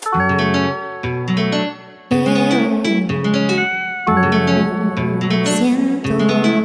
Siento.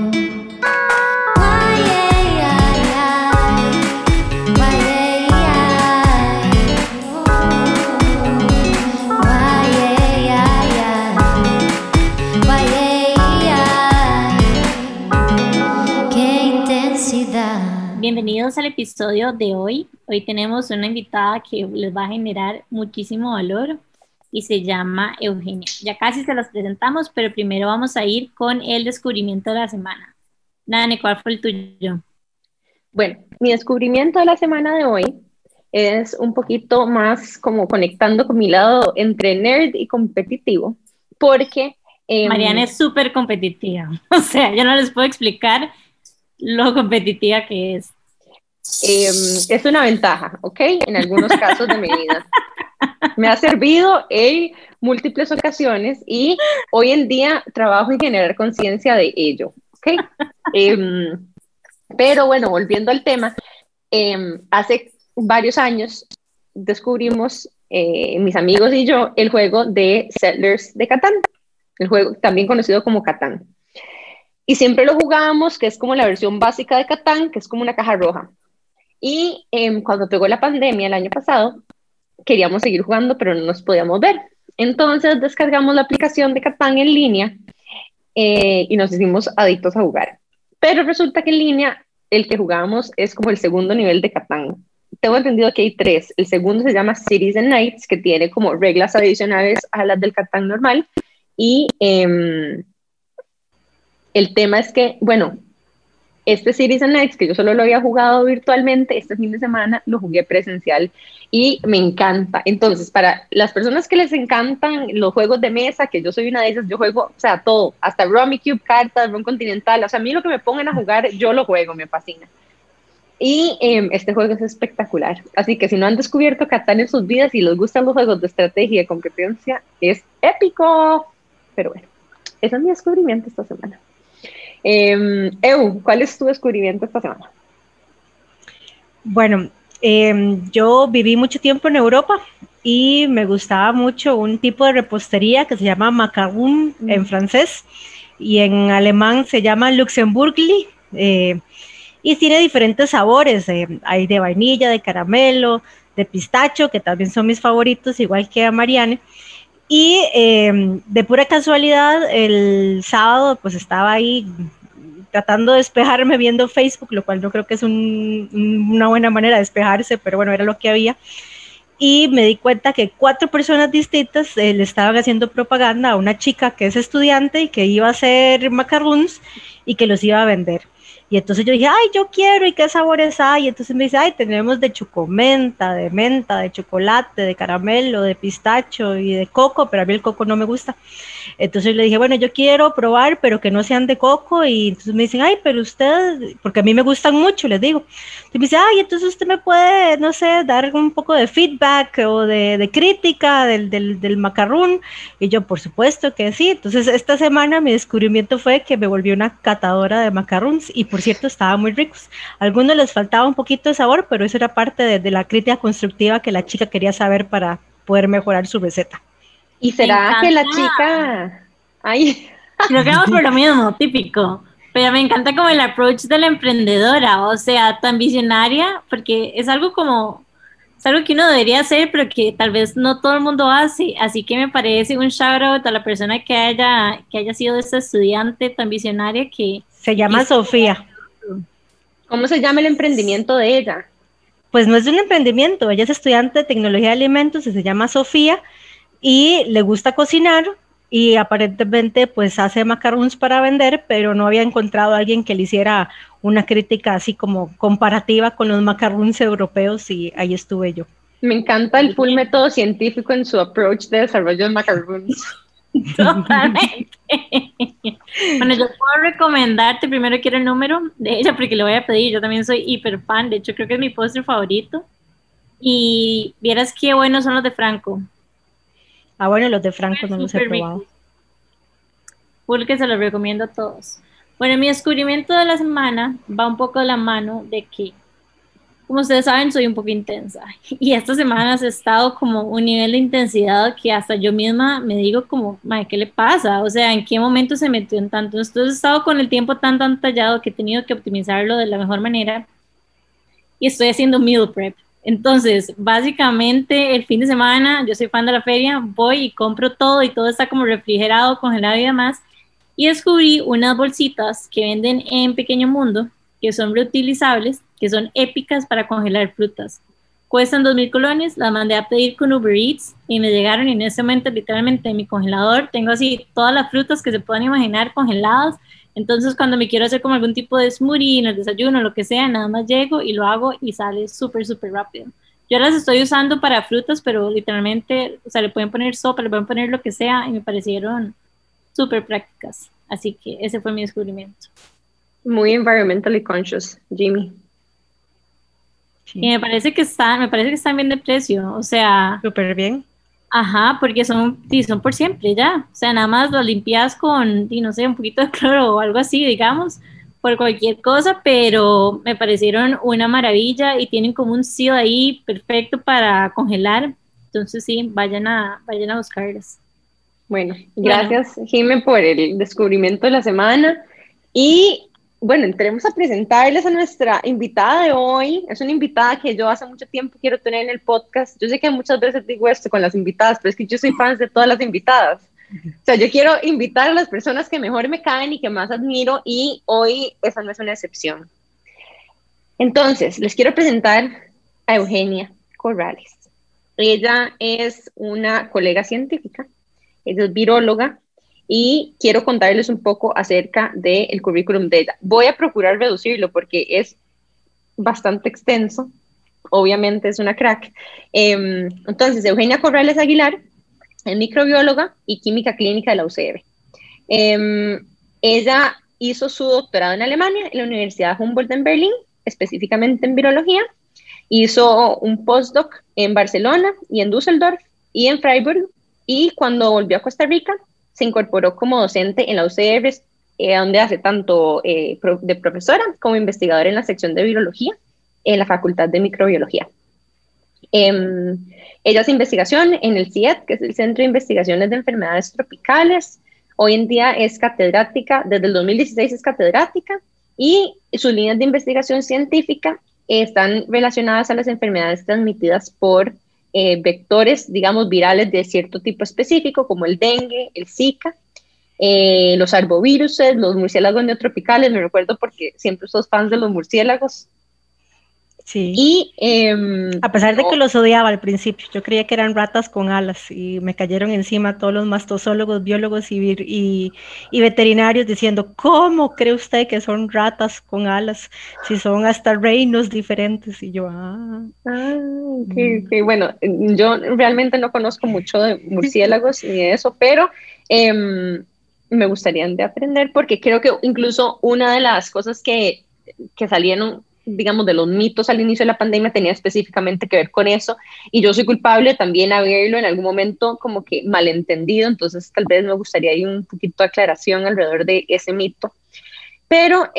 Qué intensidad. Bienvenidos al episodio de hoy. Hoy tenemos una invitada que les va a generar muchísimo valor y se llama Eugenia. Ya casi se las presentamos, pero primero vamos a ir con el descubrimiento de la semana. Nani, ¿cuál fue el tuyo? Bueno, mi descubrimiento de la semana de hoy es un poquito más como conectando con mi lado entre nerd y competitivo, porque... Mariana es súper competitiva, o sea, yo no les puedo explicar lo competitiva que es. Es una ventaja, ¿ok? En algunos casos de mi vida. Me ha servido en múltiples ocasiones y hoy en día trabajo en generar conciencia de ello, ¿ok? Pero bueno, volviendo al tema, hace varios años descubrimos, mis amigos y yo, el juego de Settlers de Catán, el juego también conocido como Catán. Y siempre lo jugábamos, que es como la versión básica de Catán, que es como una caja roja. Y cuando pegó la pandemia el año pasado, queríamos seguir jugando, pero no nos podíamos ver. Entonces descargamos la aplicación de Catán en línea y nos hicimos adictos a jugar. Pero resulta que en línea el que jugábamos es como el segundo nivel de Catán. Tengo entendido que hay tres. El segundo se llama Cities and Nights, que tiene como reglas adicionales a las del Catán normal. Y el tema es que, bueno, este Cities and Nights, que yo solo lo había jugado virtualmente, este fin de semana lo jugué presencial y me encanta. Entonces, para las personas que les encantan los juegos de mesa, que yo soy una de esas, yo juego, o sea, todo, hasta Rummy Cube, cartas, Ron Continental, o sea, a mí lo que me pongan a jugar, yo lo juego, me fascina. Y este juego es espectacular. Así que si no han descubierto Catán en sus vidas y les gustan los juegos de estrategia y competencia, es épico. Pero bueno, ese es mi descubrimiento esta semana. ¿Cuál es tu descubrimiento esta semana? Bueno, yo viví mucho tiempo en Europa y me gustaba mucho un tipo de repostería que se llama macaron en francés y en alemán se llama Luxemburgli. Y tiene diferentes sabores, hay de vainilla, de caramelo, de pistacho, que también son mis favoritos, igual que a Mariane. Y de pura casualidad, el sábado pues estaba ahí tratando de despejarme viendo Facebook, lo cual no creo que es una buena manera de despejarse, pero bueno, era lo que había. Y me di cuenta que 4 personas distintas le estaban haciendo propaganda a una chica que es estudiante y que iba a hacer macarons y que los iba a vender. Y entonces yo dije, ay, yo quiero, ¿y qué sabores hay? Y entonces me dice, ay, tenemos de chocomenta, de chocolate, de caramelo, de pistacho y de coco, pero a mí el coco no me gusta. Entonces le dije, bueno, yo quiero probar, pero que no sean de coco. Y entonces me dicen, ay, pero usted, porque a mí me gustan mucho, les digo. Entonces me dice, ay, entonces usted me puede, no sé, dar un poco de feedback o de crítica del macarrón. Y yo, por supuesto que sí. Entonces esta semana mi descubrimiento fue que me volví una catadora de macarons y por cierto estaban muy ricos. A algunos les faltaba un poquito de sabor, pero eso era parte de la crítica constructiva que la chica quería saber para poder mejorar su receta. ¿Y será que la chica... Ay. Creo que vamos por lo mismo, típico. Pero me encanta como el approach de la emprendedora, o sea, tan visionaria, porque es algo como... Es algo que uno debería hacer, pero que tal vez no todo el mundo hace. Así que me parece un shout out a la persona que haya sido esta estudiante tan visionaria que... Se llama Sofía. ¿Cómo se llama el emprendimiento de ella? Pues no es un emprendimiento, ella es estudiante de tecnología de alimentos y se llama Sofía y le gusta cocinar y aparentemente pues hace macarons para vender, pero no había encontrado a alguien que le hiciera una crítica así como comparativa con los macarons europeos y ahí estuve yo. Me encanta el full método científico en su approach de desarrollo de macarons. Totalmente. Bueno, yo puedo recomendarte, primero quiero el número de ella porque le voy a pedir, yo también soy hiper fan, de hecho creo que es mi postre favorito y vieras qué buenos son los de Franco. Ah, bueno, los de Franco no los he probado. Porque se los recomiendo a todos. Bueno, mi descubrimiento de la semana va un poco de la mano de que Como ustedes saben, soy un poco intensa y estas semanas he estado como un nivel de intensidad que hasta yo misma me digo como, "Mae, ¿qué le pasa? O sea, ¿en qué momento se metió en tanto?" Entonces he estado con el tiempo tan tallado que he tenido que optimizarlo de la mejor manera y estoy haciendo meal prep. Entonces, básicamente el fin de semana, yo soy fan de la feria, voy y compro todo y todo está como refrigerado, congelado y demás. Y descubrí unas bolsitas que venden en Pequeño Mundo, que son reutilizables, que son épicas para congelar frutas. Cuestan 2.000 colones, las mandé a pedir con Uber Eats y me llegaron y en ese momento literalmente en mi congelador tengo así todas las frutas que se puedan imaginar congeladas. Entonces cuando me quiero hacer como algún tipo de smoothie en el desayuno, lo que sea, nada más llego y lo hago y sale súper rápido. Yo las estoy usando para frutas, pero literalmente, o sea, le pueden poner sopa, le pueden poner lo que sea y me parecieron súper prácticas. Así que ese fue mi descubrimiento. Muy environmentally conscious, Jimmy. Sí. Y me parece que están bien de precio, o sea. Súper bien. Ajá, porque son por siempre ya. O sea, nada más lo limpias con, no sé, un poquito de cloro o algo así, digamos, por cualquier cosa, pero me parecieron una maravilla y tienen como un seal ahí perfecto para congelar. Entonces sí, vayan a buscarlas. Bueno, gracias, Jimé, por el descubrimiento de la semana. Y bueno, entremos a presentarles a nuestra invitada de hoy. Es una invitada que yo hace mucho tiempo quiero tener en el podcast. Yo sé que muchas veces digo esto con las invitadas, pero es que yo soy fan de todas las invitadas. O sea, yo quiero invitar a las personas que mejor me caen y que más admiro, y hoy esa no es una excepción. Entonces, les quiero presentar a Eugenia Corrales. Ella es una colega científica, ella es viróloga, y quiero contarles un poco acerca del currículum de ella. Voy a procurar reducirlo porque es bastante extenso. Obviamente es una crack. Entonces, Eugenia Corrales Aguilar es microbióloga y química clínica de la UCR. Ella hizo su doctorado en Alemania, en la Universidad Humboldt en Berlín, específicamente en virología. Hizo un postdoc en Barcelona y en Düsseldorf y en Freiburg. Y cuando volvió a Costa Rica, se incorporó como docente en la UCR, donde hace tanto de profesora como investigadora en la sección de virología en la Facultad de Microbiología. Ella hace investigación en el CIET, que es el Centro de Investigaciones de Enfermedades Tropicales. Hoy en día es catedrática, desde el 2016 es catedrática, y sus líneas de investigación científica están relacionadas a las enfermedades transmitidas por vectores, digamos, virales de cierto tipo específico, como el dengue, el Zika, los arboviruses, los murciélagos neotropicales. Me recuerdo porque siempre sos fans de los murciélagos. Sí. Y, a pesar de que los odiaba al principio, yo creía que eran ratas con alas y me cayeron encima todos los mastozólogos, biólogos y veterinarios diciendo, ¿cómo cree usted que son ratas con alas? Si son hasta reinos diferentes. Y yo, okay. Bueno, yo realmente no conozco mucho de murciélagos ni de eso, pero me gustaría de aprender, porque creo que incluso una de las cosas que salieron, digamos, de los mitos al inicio de la pandemia tenía específicamente que ver con eso, y yo soy culpable también haberlo en algún momento como que malentendido. Entonces tal vez me gustaría ir un poquito de aclaración alrededor de ese mito. Pero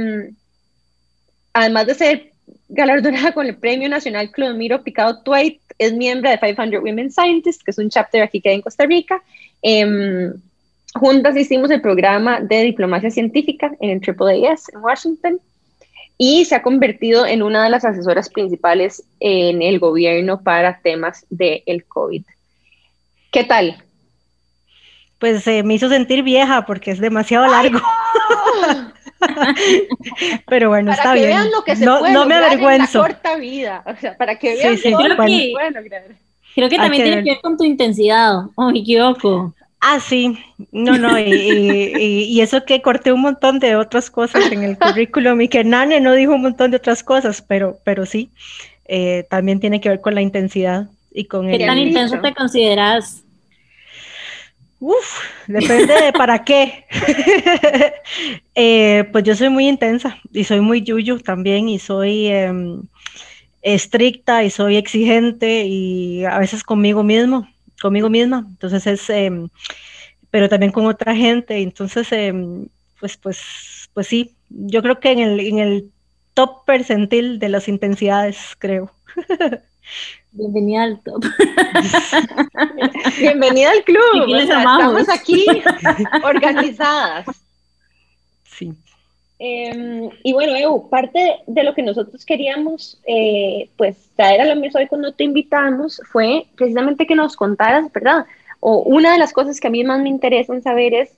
además de ser galardonada con el Premio Nacional Clodomiro Picado Twait, es miembro de 500 Women Scientists, que es un chapter aquí que hay en Costa Rica. Juntas hicimos el programa de diplomacia científica en el AAAS en Washington, y se ha convertido en una de las asesoras principales en el gobierno para temas del COVID. ¿Qué tal? Pues me hizo sentir vieja porque es demasiado largo. No. Pero bueno, para está que bien. Vean lo que se no puede me avergüenzo. En la corta vida. O sea, para que vean sí, todo lo bueno. que se puede lograr. Creo que también tiene que ver con tu intensidad, o me equivoco. Sí, no, y eso que corté un montón de otras cosas en el currículum, y que Nane no dijo un montón de otras cosas, pero sí, también tiene que ver con la intensidad y con ¿Qué tan intenso te consideras? Depende de para qué. Pues yo soy muy intensa y soy muy yuyu también, y soy estricta y soy exigente, y a veces conmigo misma, entonces pero también con otra gente. Entonces pues sí, yo creo que en el top percentil de las intensidades, creo. Bienvenida al top. Bienvenida al club. Aquí les amamos. Estamos aquí organizadas. Sí. Y bueno, Evo, parte de lo que nosotros queríamos pues traer a la mesa hoy cuando te invitamos fue precisamente que nos contaras, ¿verdad? O una de las cosas que a mí más me interesan saber es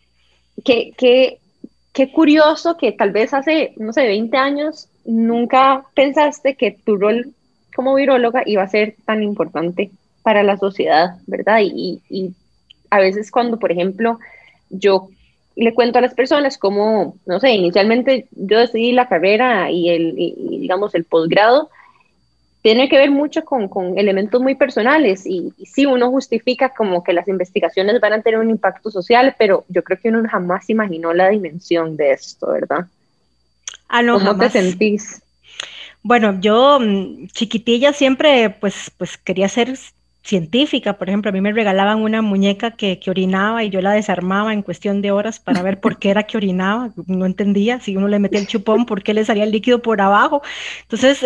qué curioso que tal vez hace, no sé, 20 años nunca pensaste que tu rol como viróloga iba a ser tan importante para la sociedad, ¿verdad? Y a veces cuando, por ejemplo, yo le cuento a las personas cómo, no sé, inicialmente yo decidí la carrera y digamos, el posgrado, tiene que ver mucho con elementos muy personales y sí, uno justifica como que las investigaciones van a tener un impacto social, pero yo creo que uno jamás imaginó la dimensión de esto, ¿verdad? Ah, no, ¿Cómo jamás. te sentís? Bueno, yo chiquitilla siempre pues quería ser científica. Por ejemplo, a mí me regalaban una muñeca que orinaba y yo la desarmaba en cuestión de horas para ver por qué era que orinaba. No entendía, si uno le metía el chupón, por qué le salía el líquido por abajo. Entonces,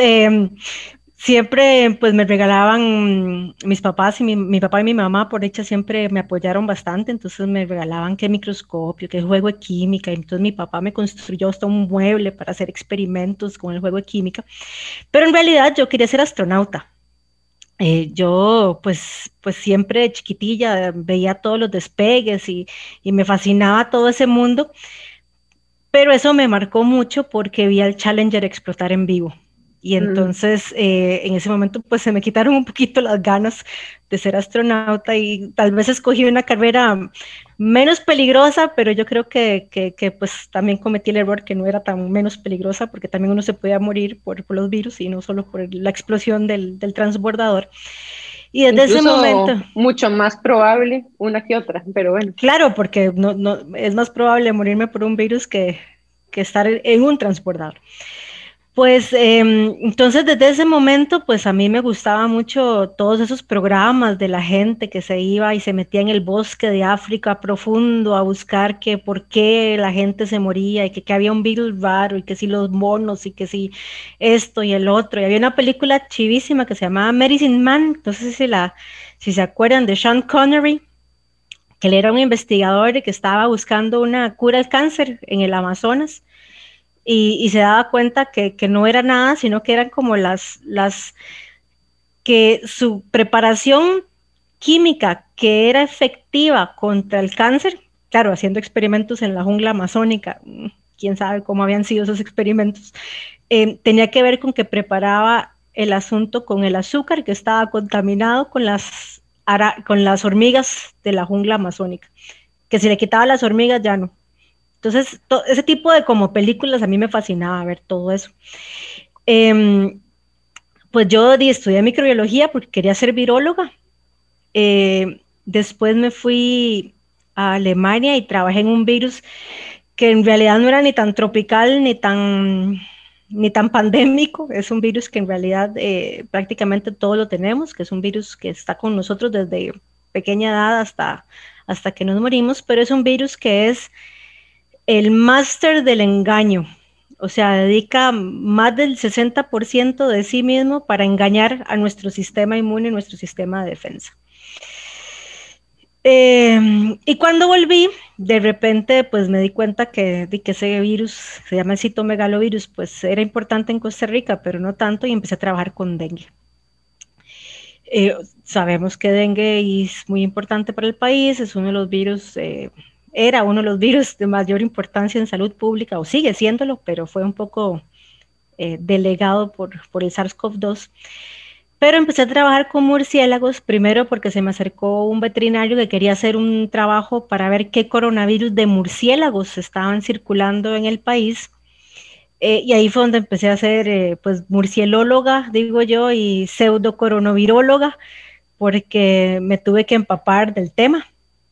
siempre pues me regalaban mis papás y mi papá y mi mamá por hecha siempre me apoyaron bastante, entonces me regalaban qué microscopio, qué juego de química, y entonces mi papá me construyó hasta un mueble para hacer experimentos con el juego de química, pero en realidad yo quería ser astronauta. Yo pues siempre de chiquitilla veía todos los despegues y me fascinaba todo ese mundo, pero eso me marcó mucho porque vi al Challenger explotar en vivo. Y entonces en ese momento pues se me quitaron un poquito las ganas de ser astronauta y tal vez escogí una carrera menos peligrosa, pero yo creo que pues también cometí el error que no era tan menos peligrosa porque también uno se podía morir por los virus y no solo por la explosión del transbordador. Y desde Incluso ese momento... mucho más probable una que otra, pero bueno. Claro, porque no, es más probable morirme por un virus que estar en un transbordador. Pues entonces desde ese momento pues a mí me gustaba mucho todos esos programas de la gente que se iba y se metía en el bosque de África profundo a buscar que por qué la gente se moría y que había un virus raro y que si los monos y que si esto y el otro. Y había una película chivísima que se llamaba Medicine Man, no sé si se acuerdan de Sean Connery, que él era un investigador que estaba buscando una cura al cáncer en el Amazonas. Y se daba cuenta que no era nada, sino que eran como que su preparación química que era efectiva contra el cáncer, claro, haciendo experimentos en la jungla amazónica, quién sabe cómo habían sido esos experimentos, tenía que ver con que preparaba el asunto con el azúcar que estaba contaminado con las hormigas de la jungla amazónica, que si le quitaba las hormigas ya no. Entonces, ese tipo de como películas a mí me fascinaba ver todo eso. Pues yo estudié microbiología porque quería ser viróloga. Después me fui a Alemania y trabajé en un virus que en realidad no era ni tan tropical ni tan pandémico. Es un virus que en realidad prácticamente todos lo tenemos, que es un virus que está con nosotros desde pequeña edad hasta que nos morimos, pero es un virus que es el máster del engaño, o sea, dedica más del 60% de sí mismo para engañar a nuestro sistema inmune, nuestro sistema de defensa. Y cuando volví, de repente, pues me di cuenta que ese virus, se llama el citomegalovirus, pues era importante en Costa Rica, pero no tanto, y empecé a trabajar con dengue. Sabemos que dengue es muy importante para el país, es uno de los virus... era uno de los virus de mayor importancia en salud pública, o sigue siéndolo, pero fue un poco delegado por el SARS-CoV-2. Pero empecé a trabajar con murciélagos, primero porque se me acercó un veterinario que quería hacer un trabajo para ver qué coronavirus de murciélagos estaban circulando en el país. Y ahí fue donde empecé a ser pues murcielóloga, digo yo, y pseudocoronaviróloga, porque me tuve que empapar del tema.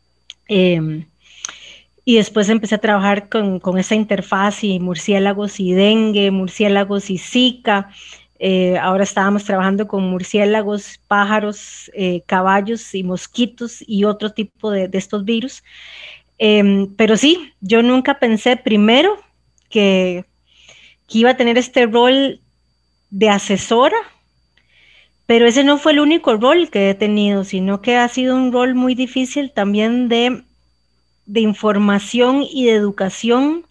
Y después empecé a trabajar con esa interfaz y murciélagos y dengue, murciélagos y Zika. Ahora estábamos trabajando con murciélagos, pájaros, caballos y mosquitos y otro tipo de estos virus. Pero sí, yo nunca pensé primero que que iba a tener este rol de asesora, pero ese no fue el único rol que he tenido, sino que ha sido un rol muy difícil también de información y de educación.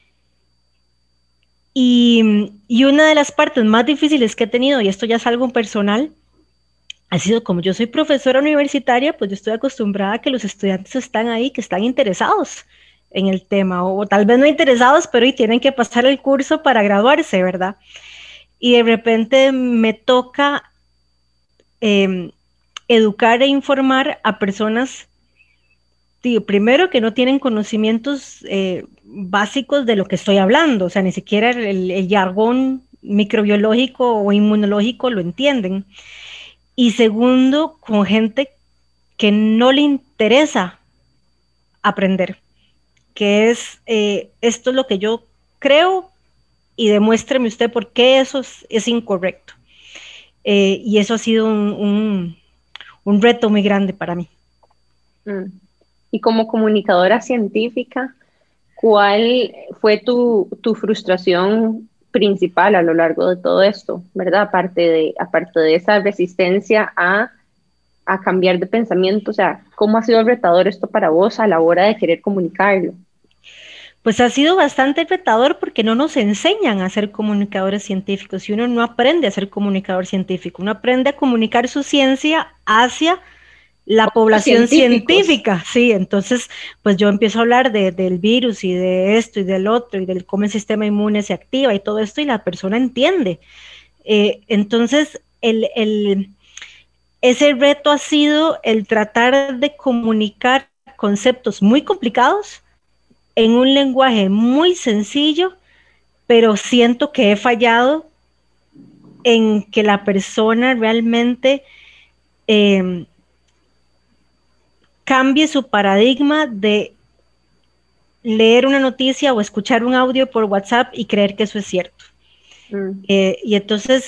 Y una de las partes más difíciles que he tenido, y esto ya es algo personal, ha sido como yo soy profesora universitaria, pues yo estoy acostumbrada a que los estudiantes están ahí, que están interesados en el tema, o tal vez no interesados, pero y tienen que pasar el curso para graduarse, ¿verdad? Y de repente me toca educar e informar a personas, primero que no tienen conocimientos básicos de lo que estoy hablando, o sea, ni siquiera el jargón microbiológico o inmunológico lo entienden. Y segundo, con gente que no le interesa aprender, que es esto es lo que yo creo y demuéstreme usted por qué eso es incorrecto. Y eso ha sido un reto muy grande para mí. Y como comunicadora científica, ¿cuál fue tu frustración principal a lo largo de todo esto, verdad? Aparte de esa resistencia a cambiar de pensamiento, o sea, ¿cómo ha sido retador esto para vos a la hora de querer comunicarlo? Pues ha sido bastante retador porque no nos enseñan a ser comunicadores científicos y uno no aprende a ser comunicador científico, uno aprende a comunicar su ciencia hacia la población científica, sí, entonces pues yo empiezo a hablar del virus y de esto y del otro y del cómo el sistema inmune se activa y todo esto y la persona entiende. Entonces ese reto ha sido el tratar de comunicar conceptos muy complicados en un lenguaje muy sencillo, pero siento que he fallado en que la persona realmente cambie su paradigma de leer una noticia o escuchar un audio por WhatsApp y creer que eso es cierto. Y entonces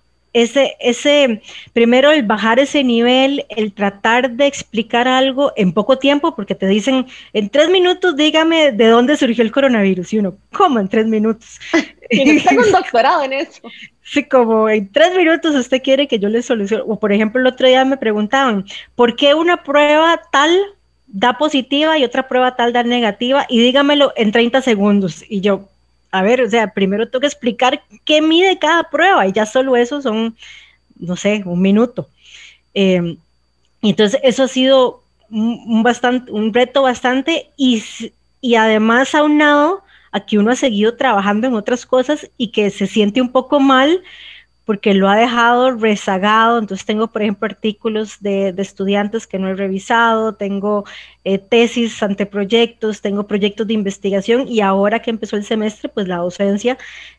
primero el bajar ese nivel, el tratar de explicar algo en poco tiempo, porque te dicen, en 3 minutos dígame de dónde surgió el coronavirus, y uno, ¿cómo en 3 minutos? Y no tengo un doctorado en eso. Sí, como en 3 minutos usted quiere que yo le solucione. O por ejemplo, el otro día me preguntaban, ¿por qué una prueba tal da positiva y otra prueba tal da negativa? Y dígamelo en 30 segundos. Y yo, a ver, o sea, primero tengo que explicar qué mide cada prueba y ya solo eso son, no sé, 1 minuto. Y entonces eso ha sido un reto bastante y además aunado a que uno ha seguido trabajando en otras cosas y que se siente un poco mal porque lo ha dejado rezagado. Entonces tengo, por ejemplo, artículos de estudiantes que no he revisado, tengo tesis, anteproyectos, tengo proyectos de investigación y ahora que empezó el semestre, pues la docencia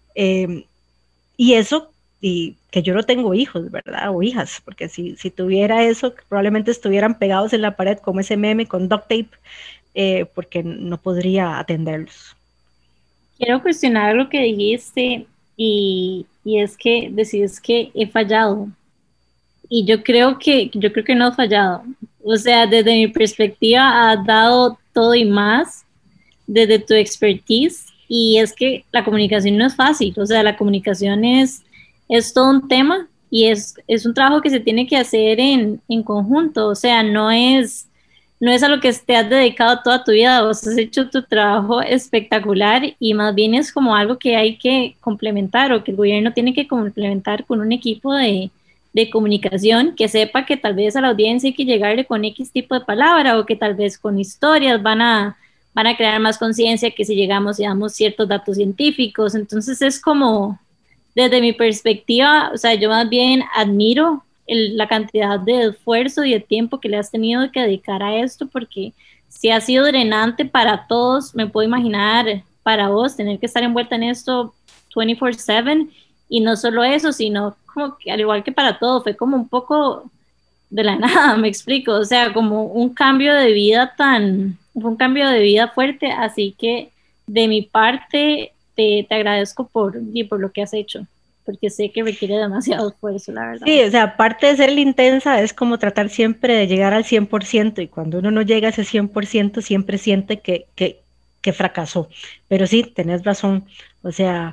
y eso, y que yo no tengo hijos, ¿verdad? O hijas, porque si tuviera eso, probablemente estuvieran pegados en la pared como ese meme con duct tape, porque no podría atenderlos. Quiero cuestionar lo que dijiste y es que decís que he fallado. Y yo creo que no has fallado. O sea, desde mi perspectiva has dado todo y más desde tu expertise. Y es que la comunicación no es fácil. O sea, la comunicación es todo un tema y es un trabajo que se tiene que hacer en conjunto. O sea, no es a lo que te has dedicado toda tu vida, vos has hecho tu trabajo espectacular y más bien es como algo que hay que complementar o que el gobierno tiene que complementar con un equipo de comunicación que sepa que tal vez a la audiencia hay que llegarle con X tipo de palabra o que tal vez con historias van a crear más conciencia que si llegamos y damos ciertos datos científicos. Entonces es como, desde mi perspectiva, o sea, yo más bien admiro la cantidad de esfuerzo y de tiempo que le has tenido que dedicar a esto, porque si ha sido drenante para todos, me puedo imaginar para vos tener que estar envuelta en esto 24/7 y no solo eso, sino como que al igual que para todo, fue como un poco de la nada, me explico, o sea, como un cambio de vida fue un cambio de vida fuerte, así que de mi parte te agradezco por lo que has hecho, porque sé que requiere demasiado esfuerzo, la verdad. Sí, o sea, aparte de ser la intensa, es como tratar siempre de llegar al 100%, y cuando uno no llega a ese 100%, siempre siente que fracasó. Pero sí, tenés razón, o sea,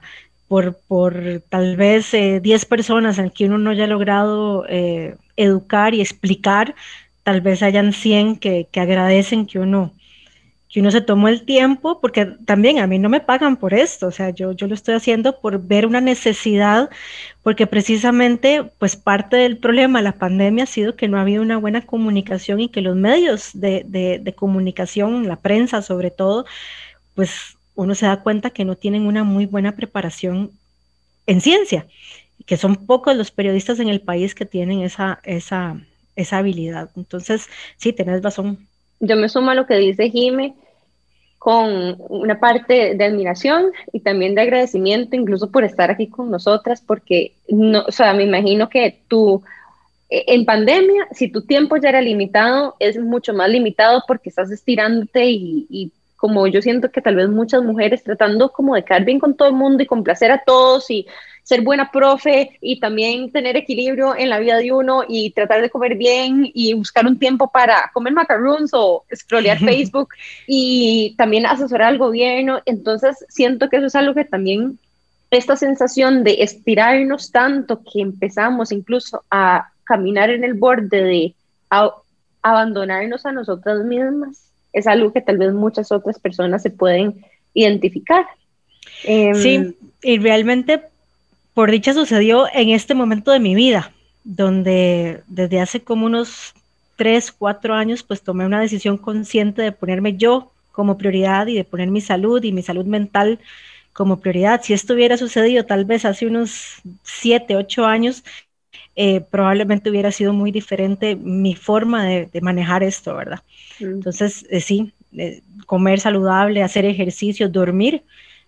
por tal vez 10 personas en que uno no haya logrado educar y explicar, tal vez hayan 100 que agradecen que uno se tomó el tiempo, porque también a mí no me pagan por esto, o sea, yo lo estoy haciendo por ver una necesidad, porque precisamente, pues parte del problema de la pandemia ha sido que no ha habido una buena comunicación y que los medios de comunicación, la prensa sobre todo, pues uno se da cuenta que no tienen una muy buena preparación en ciencia, que son pocos los periodistas en el país que tienen esa habilidad. Entonces, sí, tenés razón. Yo me sumo a lo que dice Jime con una parte de admiración y también de agradecimiento, incluso por estar aquí con nosotras, porque no, o sea, me imagino que tú en pandemia, si tu tiempo ya era limitado, es mucho más limitado porque estás estirándote y como yo siento que tal vez muchas mujeres tratando como de quedar bien con todo el mundo y complacer a todos y ser buena profe y también tener equilibrio en la vida de uno y tratar de comer bien y buscar un tiempo para comer macarons o scrollear Facebook y también asesorar al gobierno. Entonces siento que eso es algo que también esta sensación de estirarnos tanto que empezamos incluso a caminar en el borde de abandonarnos a nosotras mismas es algo que tal vez muchas otras personas se pueden identificar. Sí, y realmente por dicha sucedió en este momento de mi vida, donde desde hace como unos 3, 4 años pues tomé una decisión consciente de ponerme yo como prioridad y de poner mi salud y mi salud mental como prioridad. Si esto hubiera sucedido tal vez hace unos 7, 8 años, probablemente hubiera sido muy diferente mi forma de manejar esto, ¿verdad? Entonces, sí, comer saludable, hacer ejercicio, dormir,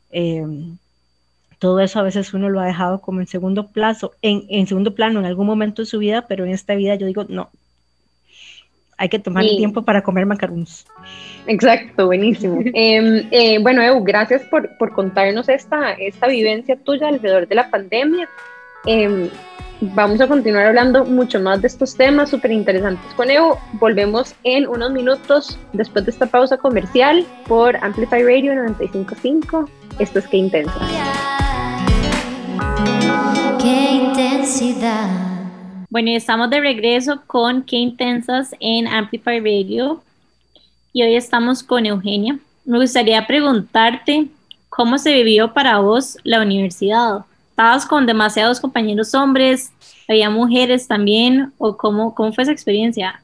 todo eso a veces uno lo ha dejado como en segundo plano en algún momento de su vida, pero en esta vida yo digo, no, hay que tomar el tiempo para comer macarons. Exacto, buenísimo. Bueno, Ew, gracias por contarnos esta vivencia tuya alrededor de la pandemia. Vamos a continuar hablando mucho más de estos temas súper interesantes con Evo. Volvemos en unos minutos después de esta pausa comercial por Amplify Radio 95.5. Esto es Qué Intensa. Qué intensidad. Bueno, estamos de regreso con Qué Intensas en Amplify Radio y hoy estamos con Eugenia. Me gustaría preguntarte cómo se vivió para vos la universidad. ¿Estabas con demasiados compañeros hombres? ¿Había mujeres también? ¿O cómo fue esa experiencia?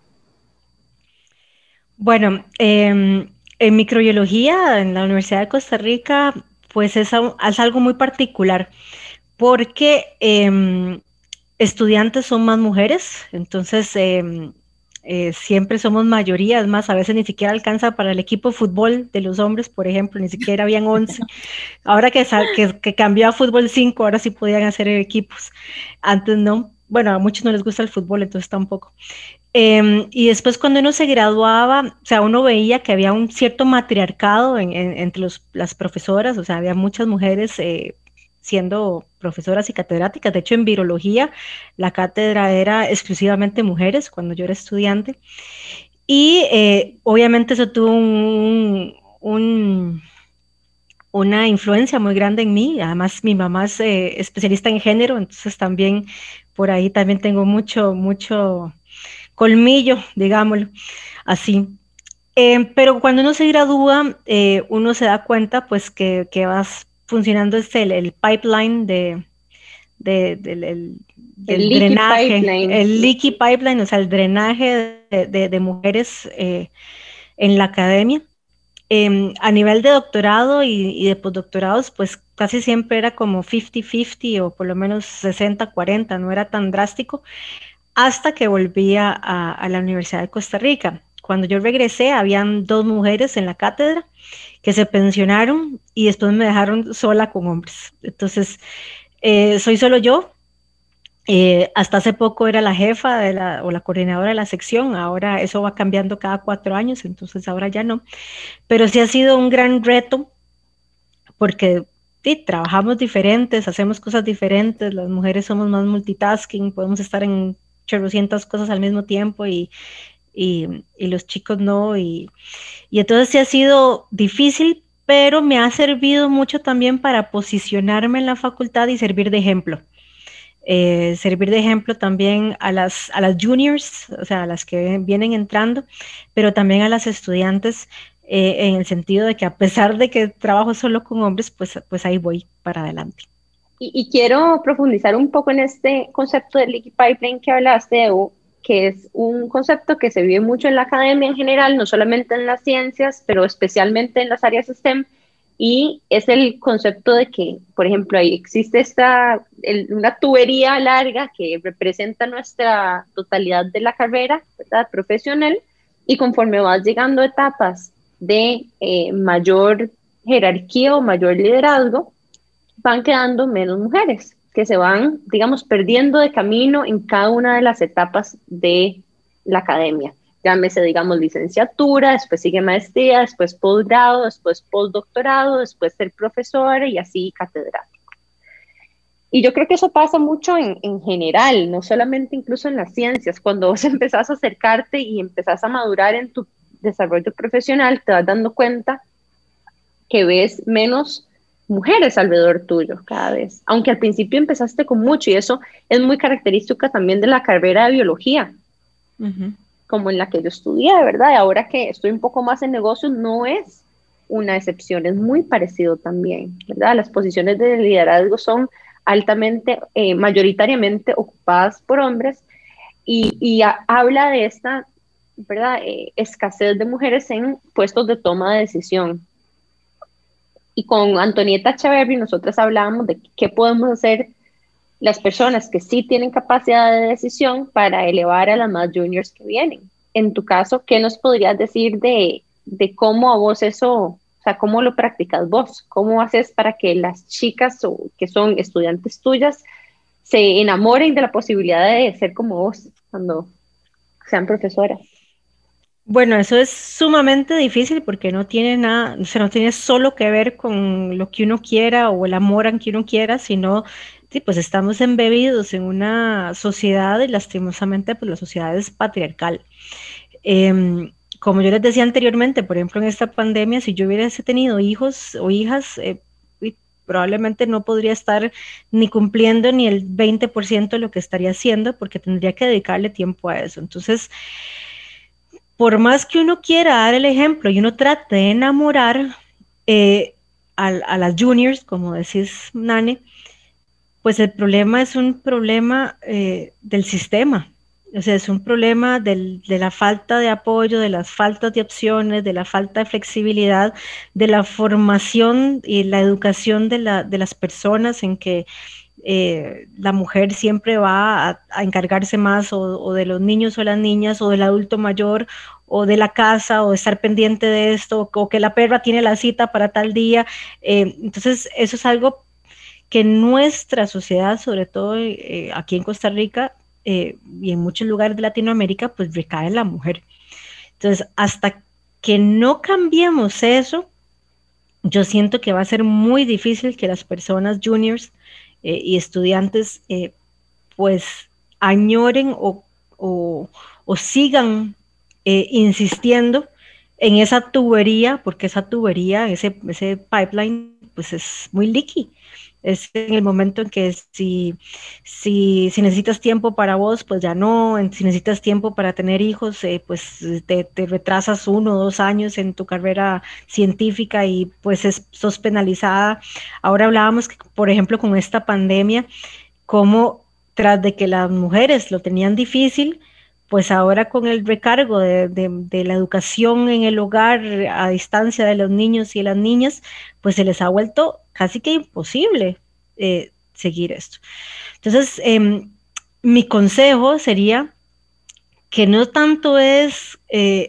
Bueno, en microbiología en la Universidad de Costa Rica, pues es algo muy particular, porque estudiantes son más mujeres, entonces siempre somos mayoría, es más, a veces ni siquiera alcanza para el equipo de fútbol de los hombres, por ejemplo, ni siquiera habían 11. Ahora que cambió a fútbol 5, ahora sí podían hacer equipos. Antes no. Bueno, a muchos no les gusta el fútbol, entonces tampoco. Y después cuando uno se graduaba, o sea, uno veía que había un cierto matriarcado entre las profesoras, o sea, había muchas mujeres siendo profesoras y catedráticas. De hecho, en virología la cátedra era exclusivamente mujeres cuando yo era estudiante. Y obviamente eso tuvo una influencia muy grande en mí. Además, mi mamá es especialista en género, entonces también por ahí también tengo mucho colmillo, digámoslo así. Pero cuando uno se gradúa, uno se da cuenta pues que vas funcionando el pipeline del drenaje, pipeline. El leaky pipeline, o sea, el drenaje de mujeres en la academia. A nivel de doctorado y de postdoctorados, pues casi siempre era como 50-50 o por lo menos 60-40, no era tan drástico, hasta que volví a la Universidad de Costa Rica. Cuando yo regresé, habían 2 mujeres en la cátedra que se pensionaron y después me dejaron sola con hombres. Entonces, soy solo yo. Hasta hace poco era la jefa o la coordinadora de la sección, ahora eso va cambiando cada 4 años, entonces ahora ya no. Pero sí ha sido un gran reto porque sí, trabajamos diferentes, hacemos cosas diferentes, las mujeres somos más multitasking, podemos estar en 800 cosas al mismo tiempo y los chicos no, y entonces sí ha sido difícil, pero me ha servido mucho también para posicionarme en la facultad y servir de ejemplo. Servir de ejemplo también a las juniors, o sea, a las que vienen entrando, pero también a las estudiantes, en el sentido de que a pesar de que trabajo solo con hombres, pues ahí voy para adelante. Y quiero profundizar un poco en este concepto del leaky pipeline que hablaste, Evo, que es un concepto que se vive mucho en la academia en general, no solamente en las ciencias, pero especialmente en las áreas STEM, y es el concepto de que, por ejemplo, ahí existe una tubería larga que representa nuestra totalidad de la carrera, ¿verdad?, profesional, y conforme vas llegando a etapas de mayor jerarquía o mayor liderazgo, van quedando menos mujeres, que se van, digamos, perdiendo de camino en cada una de las etapas de la academia. Llámese, digamos, licenciatura, después sigue maestría, después posgrado, después postdoctorado, después ser profesor y así catedrático. Y yo creo que eso pasa mucho en general, no solamente incluso en las ciencias. Cuando vos empezás a acercarte y empezás a madurar en tu desarrollo profesional, te vas dando cuenta que ves menos mujeres alrededor tuyo cada vez, aunque al principio empezaste con mucho, y eso es muy característica también de la carrera de biología, como en la que yo estudié, de verdad, y ahora que estoy un poco más en negocios, no es una excepción, es muy parecido también, ¿verdad? Las posiciones de liderazgo son altamente, mayoritariamente ocupadas por hombres, y habla de esta, ¿verdad?, escasez de mujeres en puestos de toma de decisión. Y con Antonieta Echeverry nosotras hablábamos de qué podemos hacer las personas que sí tienen capacidad de decisión para elevar a las más juniors que vienen. En tu caso, ¿qué nos podrías decir de cómo a vos eso, o sea, cómo lo practicas vos? ¿Cómo haces para que las chicas que son estudiantes tuyas se enamoren de la posibilidad de ser como vos cuando sean profesoras? Bueno, eso es sumamente difícil porque no tiene nada, o sea, no tiene solo que ver con lo que uno quiera o el amor a que uno quiera, sino, sí, pues estamos embebidos en una sociedad y lastimosamente, pues la sociedad es patriarcal. Como yo les decía anteriormente, por ejemplo, en esta pandemia, si yo hubiese tenido hijos o hijas, probablemente no podría estar ni cumpliendo ni el 20% de lo que estaría haciendo porque tendría que dedicarle tiempo a eso. Entonces, por más que uno quiera dar el ejemplo y uno trate de enamorar a las juniors, como decís, Nani, pues el problema es un problema del sistema. O sea, es un problema de la falta de apoyo, de las faltas de opciones, de la falta de flexibilidad, de la formación y la educación de las personas en que la mujer siempre va a encargarse más o de los niños o las niñas o del adulto mayor o de la casa o de estar pendiente de esto o que la perra tiene la cita para tal día. Entonces eso es algo que nuestra sociedad, sobre todo aquí en Costa Rica y en muchos lugares de Latinoamérica, pues recae en la mujer. Entonces hasta que no cambiemos eso, yo siento que va a ser muy difícil que las personas juniors y estudiantes pues añoren o sigan insistiendo en esa tubería, porque esa tubería, ese pipeline, pues es muy leaky. Es en el momento en que si necesitas tiempo para vos, pues ya no, si necesitas tiempo para tener hijos, pues te retrasas 1 o 2 años en tu carrera científica y pues sos penalizada. Ahora hablábamos, que, por ejemplo, con esta pandemia, cómo tras de que las mujeres lo tenían difícil, pues ahora con el recargo de la educación en el hogar a distancia de los niños y las niñas, pues se les ha vuelto casi que imposible seguir esto. Entonces, mi consejo sería que no tanto es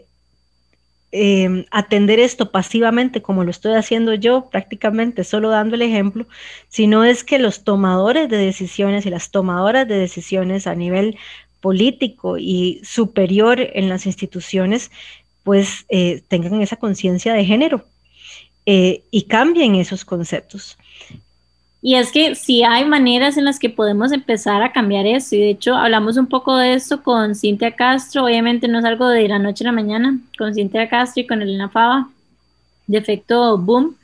atender esto pasivamente como lo estoy haciendo yo, prácticamente solo dando el ejemplo, sino es que los tomadores de decisiones y las tomadoras de decisiones a nivel político y superior en las instituciones, pues tengan esa conciencia de género y cambien esos conceptos. Y es que sí hay maneras en las que podemos empezar a cambiar eso, y de hecho hablamos un poco de eso con Cintia Castro. Obviamente no es algo de la noche a la mañana, con Cintia Castro y con Elena Fava, de Efecto Boom,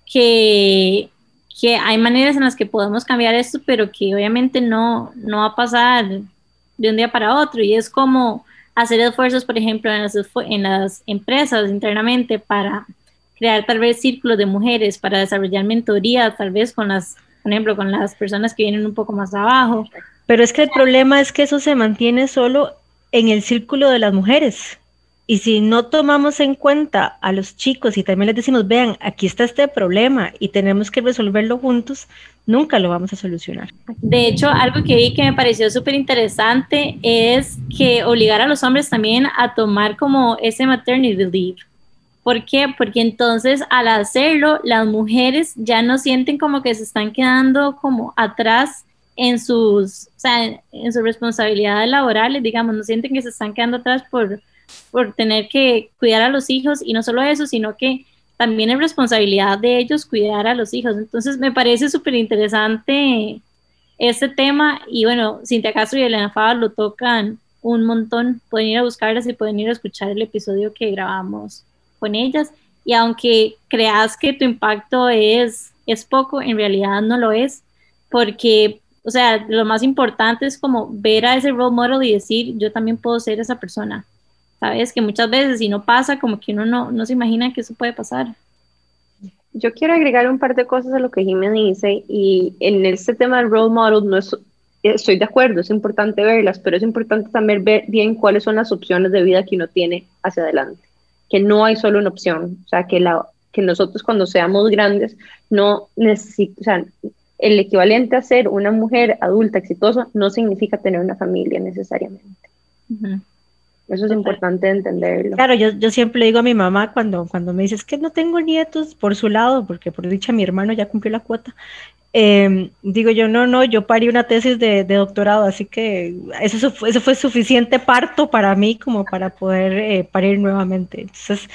que, que hay maneras en las que podemos cambiar esto, pero que obviamente no va a pasar de un día para otro, y es como hacer esfuerzos, por ejemplo, en las empresas internamente para crear tal vez círculos de mujeres, para desarrollar mentorías, tal vez por ejemplo, con las personas que vienen un poco más abajo. Pero es que el problema es que eso se mantiene solo en el círculo de las mujeres. Y si no tomamos en cuenta a los chicos y también les decimos, vean, aquí está este problema y tenemos que resolverlo juntos, nunca lo vamos a solucionar. De hecho, algo que vi que me pareció súper interesante es que obligar a los hombres también a tomar como ese maternity leave. ¿Por qué? Porque entonces al hacerlo, las mujeres ya no sienten como que se están quedando como atrás en sus, o sea, en sus responsabilidades laborales, digamos, no sienten que se están quedando atrás por tener que cuidar a los hijos, y no solo eso, sino que también es responsabilidad de ellos cuidar a los hijos. Entonces me parece súper interesante este tema, y bueno, Cintia Castro y Elena Fava lo tocan un montón. Pueden ir a buscarlas y pueden ir a escuchar el episodio que grabamos con ellas, y aunque creas que tu impacto es poco, en realidad no lo es, porque, o sea, lo más importante es como ver a ese role model y decir, yo también puedo ser esa persona, ¿sabes? Que muchas veces si no pasa, como que uno no se imagina que eso puede pasar. Yo quiero agregar un par de cosas a lo que Jimmy dice, y en este tema del role model no es, estoy de acuerdo, es importante verlas, pero es importante también ver bien cuáles son las opciones de vida que uno tiene hacia adelante, que no hay solo una opción, o sea, que nosotros cuando seamos grandes no necesitamos, o sea, el equivalente a ser una mujer adulta exitosa no significa tener una familia necesariamente. Uh-huh. Eso es importante entenderlo. Claro, yo siempre le digo a mi mamá cuando me dice, es que no tengo nietos por su lado, porque por dicha mi hermano ya cumplió la cuota. Digo yo, no, yo parí una tesis de doctorado, así que eso fue suficiente parto para mí como para poder parir nuevamente. Entonces,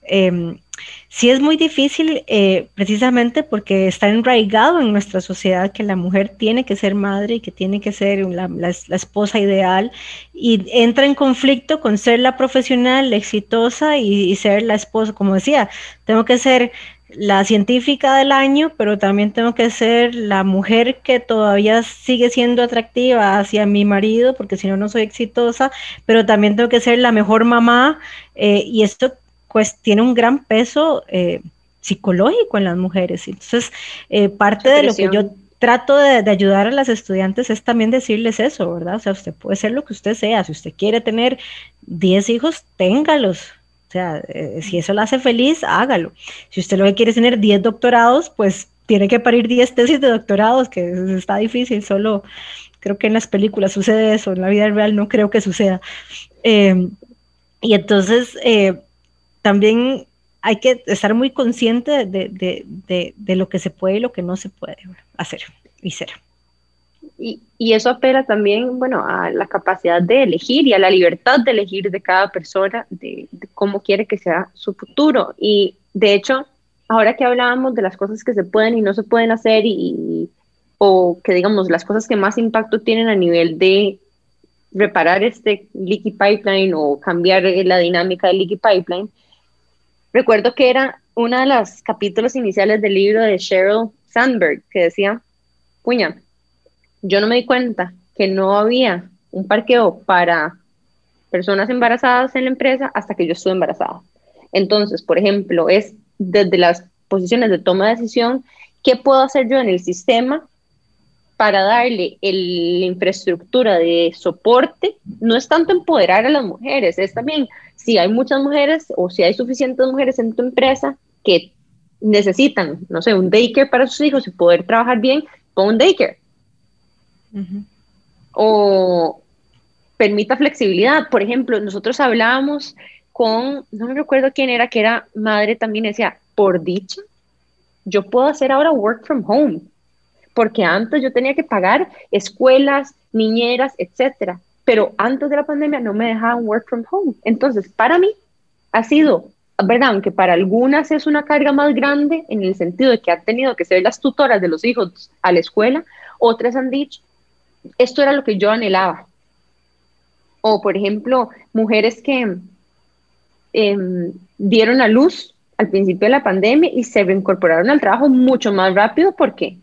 sí es muy difícil precisamente porque está enraigado en nuestra sociedad que la mujer tiene que ser madre y que tiene que ser la esposa ideal, y entra en conflicto con ser la profesional, la exitosa y ser la esposa. Como decía, tengo que ser la científica del año, pero también tengo que ser la mujer que todavía sigue siendo atractiva hacia mi marido, porque si no, no soy exitosa, pero también tengo que ser la mejor mamá, y esto pues tiene un gran peso psicológico en las mujeres. Entonces, parte de lo que yo trato de ayudar a las estudiantes es también decirles eso, ¿verdad? O sea, usted puede ser lo que usted sea. Si usted quiere tener 10 hijos, téngalos. O sea, si eso la hace feliz, hágalo. Si usted lo que quiere es tener 10 doctorados, pues tiene que parir 10 tesis de doctorados, que está difícil. Solo creo que en las películas sucede eso, en la vida real no creo que suceda. Y entonces también hay que estar muy consciente de lo que se puede y lo que no se puede hacer y ser. Y eso apela también, bueno, a la capacidad de elegir y a la libertad de elegir de cada persona, de cómo quiere que sea su futuro. Y de hecho, ahora que hablábamos de las cosas que se pueden y no se pueden hacer, o que digamos las cosas que más impacto tienen a nivel de reparar este leaky pipeline o cambiar la dinámica del leaky pipeline, recuerdo que era uno de los capítulos iniciales del libro de Sheryl Sandberg, que decía, puña, yo no me di cuenta que no había un parqueo para personas embarazadas en la empresa hasta que yo estuve embarazada. Entonces, por ejemplo, es desde las posiciones de toma de decisión, ¿qué puedo hacer yo en el sistema para darle la infraestructura de soporte? No es tanto empoderar a las mujeres, es también, si hay muchas mujeres o si hay suficientes mujeres en tu empresa que necesitan, no sé, un daycare para sus hijos y poder trabajar bien, pon un daycare. Uh-huh. O permita flexibilidad. Por ejemplo, nosotros hablábamos con, no me recuerdo quién era, que era madre también, decía, por dicha, yo puedo hacer ahora work from home, porque antes yo tenía que pagar escuelas, niñeras, etcétera, pero antes de la pandemia no me dejaban work from home. Entonces, para mí ha sido, ¿verdad? Aunque para algunas es una carga más grande en el sentido de que han tenido que ser las tutoras de los hijos a la escuela, otras han dicho, esto era lo que yo anhelaba. O, por ejemplo, mujeres que dieron a luz al principio de la pandemia y se reincorporaron al trabajo mucho más rápido porque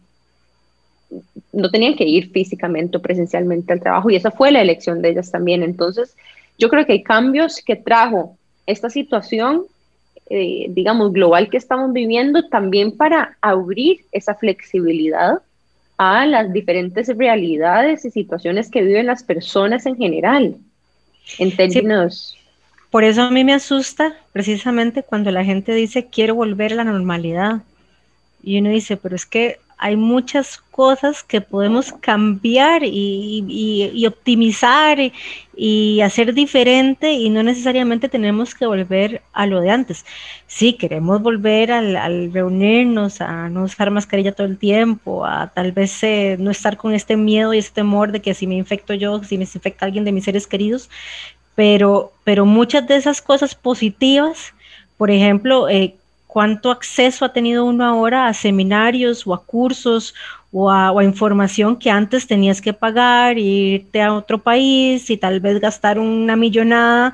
no tenían que ir físicamente o presencialmente al trabajo y esa fue la elección de ellas también. Entonces, yo creo que hay cambios que trajo esta situación, digamos, global que estamos viviendo también para abrir esa flexibilidad a las diferentes realidades y situaciones que viven las personas en general, en términos... Sí, por eso a mí me asusta precisamente cuando la gente dice quiero volver a la normalidad. Y uno dice, pero es que hay muchas cosas que podemos cambiar y optimizar y hacer diferente y no necesariamente tenemos que volver a lo de antes. Sí, queremos volver al reunirnos, a no usar mascarilla todo el tiempo, a tal vez no estar con este miedo y este temor de que si me infecto yo, si me infecta alguien de mis seres queridos, pero muchas de esas cosas positivas, por ejemplo, cuánto acceso ha tenido uno ahora a seminarios o a cursos o a información que antes tenías que pagar, irte a otro país y tal vez gastar una millonada,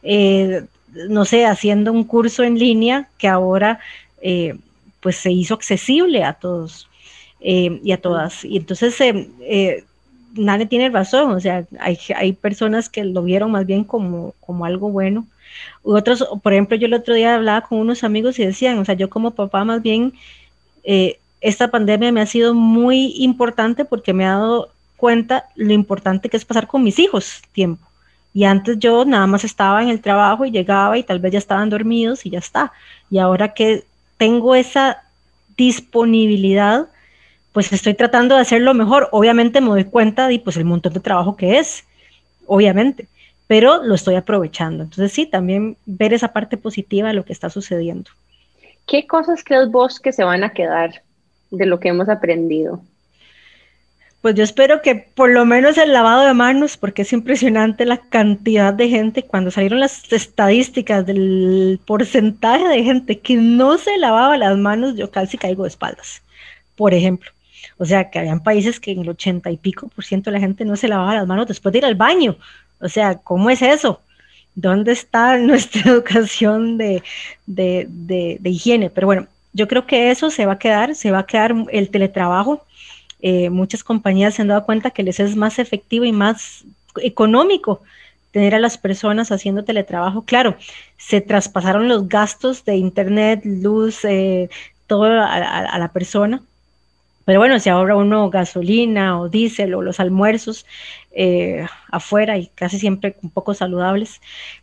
no sé, haciendo un curso en línea que ahora pues se hizo accesible a todos y a todas. Y entonces nadie tiene razón, o sea, hay personas que lo vieron más bien como algo bueno. Otros, por ejemplo, yo el otro día hablaba con unos amigos y decían, o sea, yo como papá más bien, esta pandemia me ha sido muy importante porque me ha dado cuenta lo importante que es pasar con mis hijos tiempo. Y antes yo nada más estaba en el trabajo y llegaba y tal vez ya estaban dormidos y ya está. Y ahora que tengo esa disponibilidad, pues estoy tratando de hacerlo mejor. Obviamente me doy cuenta de pues el montón de trabajo que es, obviamente, pero lo estoy aprovechando. Entonces sí, también ver esa parte positiva de lo que está sucediendo. ¿Qué cosas crees vos que se van a quedar de lo que hemos aprendido? Pues yo espero que por lo menos el lavado de manos, porque es impresionante la cantidad de gente, cuando salieron las estadísticas del porcentaje de gente que no se lavaba las manos, yo casi caigo de espaldas, por ejemplo. O sea, que habían países que en el 80 y pico % de la gente no se lavaba las manos después de ir al baño. O sea, ¿cómo es eso? ¿Dónde está nuestra educación de higiene? Pero bueno, yo creo que eso se va a quedar el teletrabajo. Muchas compañías se han dado cuenta que les es más efectivo y más económico tener a las personas haciendo teletrabajo. Claro, se traspasaron los gastos de internet, luz, todo a la persona. Pero bueno, se ahorra uno gasolina o diésel o los almuerzos afuera y casi siempre un poco saludables.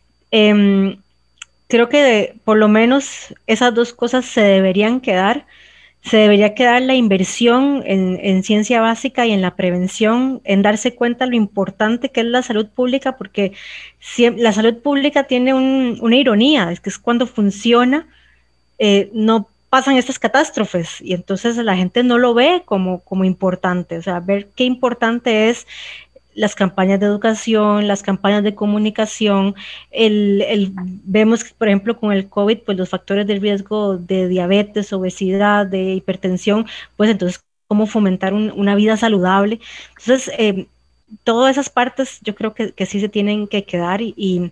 Creo que por lo menos esas dos cosas se deberían quedar. Se debería quedar la inversión en ciencia básica y en la prevención, en darse cuenta lo importante que es la salud pública, porque la salud pública tiene una ironía, es que es cuando funciona, no pasan estas catástrofes y entonces la gente no lo ve como importante. O sea, ver qué importante es las campañas de educación, las campañas de comunicación, vemos, por ejemplo, con el COVID, pues los factores de riesgo de diabetes, obesidad, de hipertensión, pues entonces cómo fomentar una vida saludable. Entonces, todas esas partes yo creo que sí se tienen que quedar y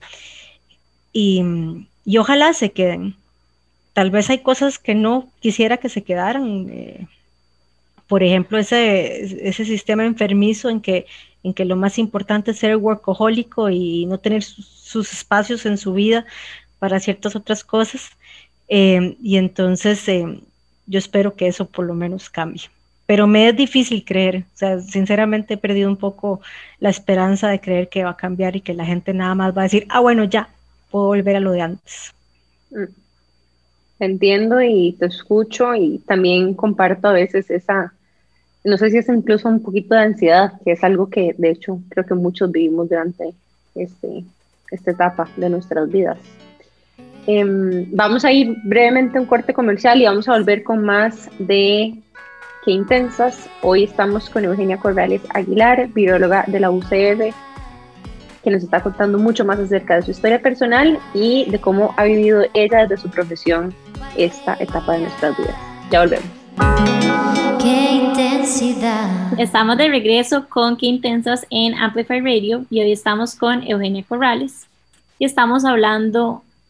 ojalá se queden. Tal vez hay cosas que no quisiera que se quedaran, por ejemplo, ese sistema enfermizo en que lo más importante es ser workahólico y no tener sus espacios en su vida para ciertas otras cosas. Y entonces yo espero que eso por lo menos cambie. Pero me es difícil creer, o sea, sinceramente he perdido un poco la esperanza de creer que va a cambiar y que la gente nada más va a decir, bueno, ya, puedo volver a lo de antes. Te entiendo y te escucho y también comparto a veces no sé si es incluso un poquito de ansiedad, que es algo que de hecho creo que muchos vivimos durante esta etapa de nuestras vidas. Vamos a ir brevemente a un corte comercial y vamos a volver con más de Qué Intensas. Hoy estamos con Eugenia Corrales Aguilar, bióloga de la UCR, que nos está contando mucho más acerca de su historia personal y de cómo ha vivido ella desde su profesión esta etapa de nuestras vidas. Ya volvemos. Qué intensidad. Estamos de regreso con Qué Intensas en Amplify Radio y hoy estamos con Eugenia Corrales y estamos hablando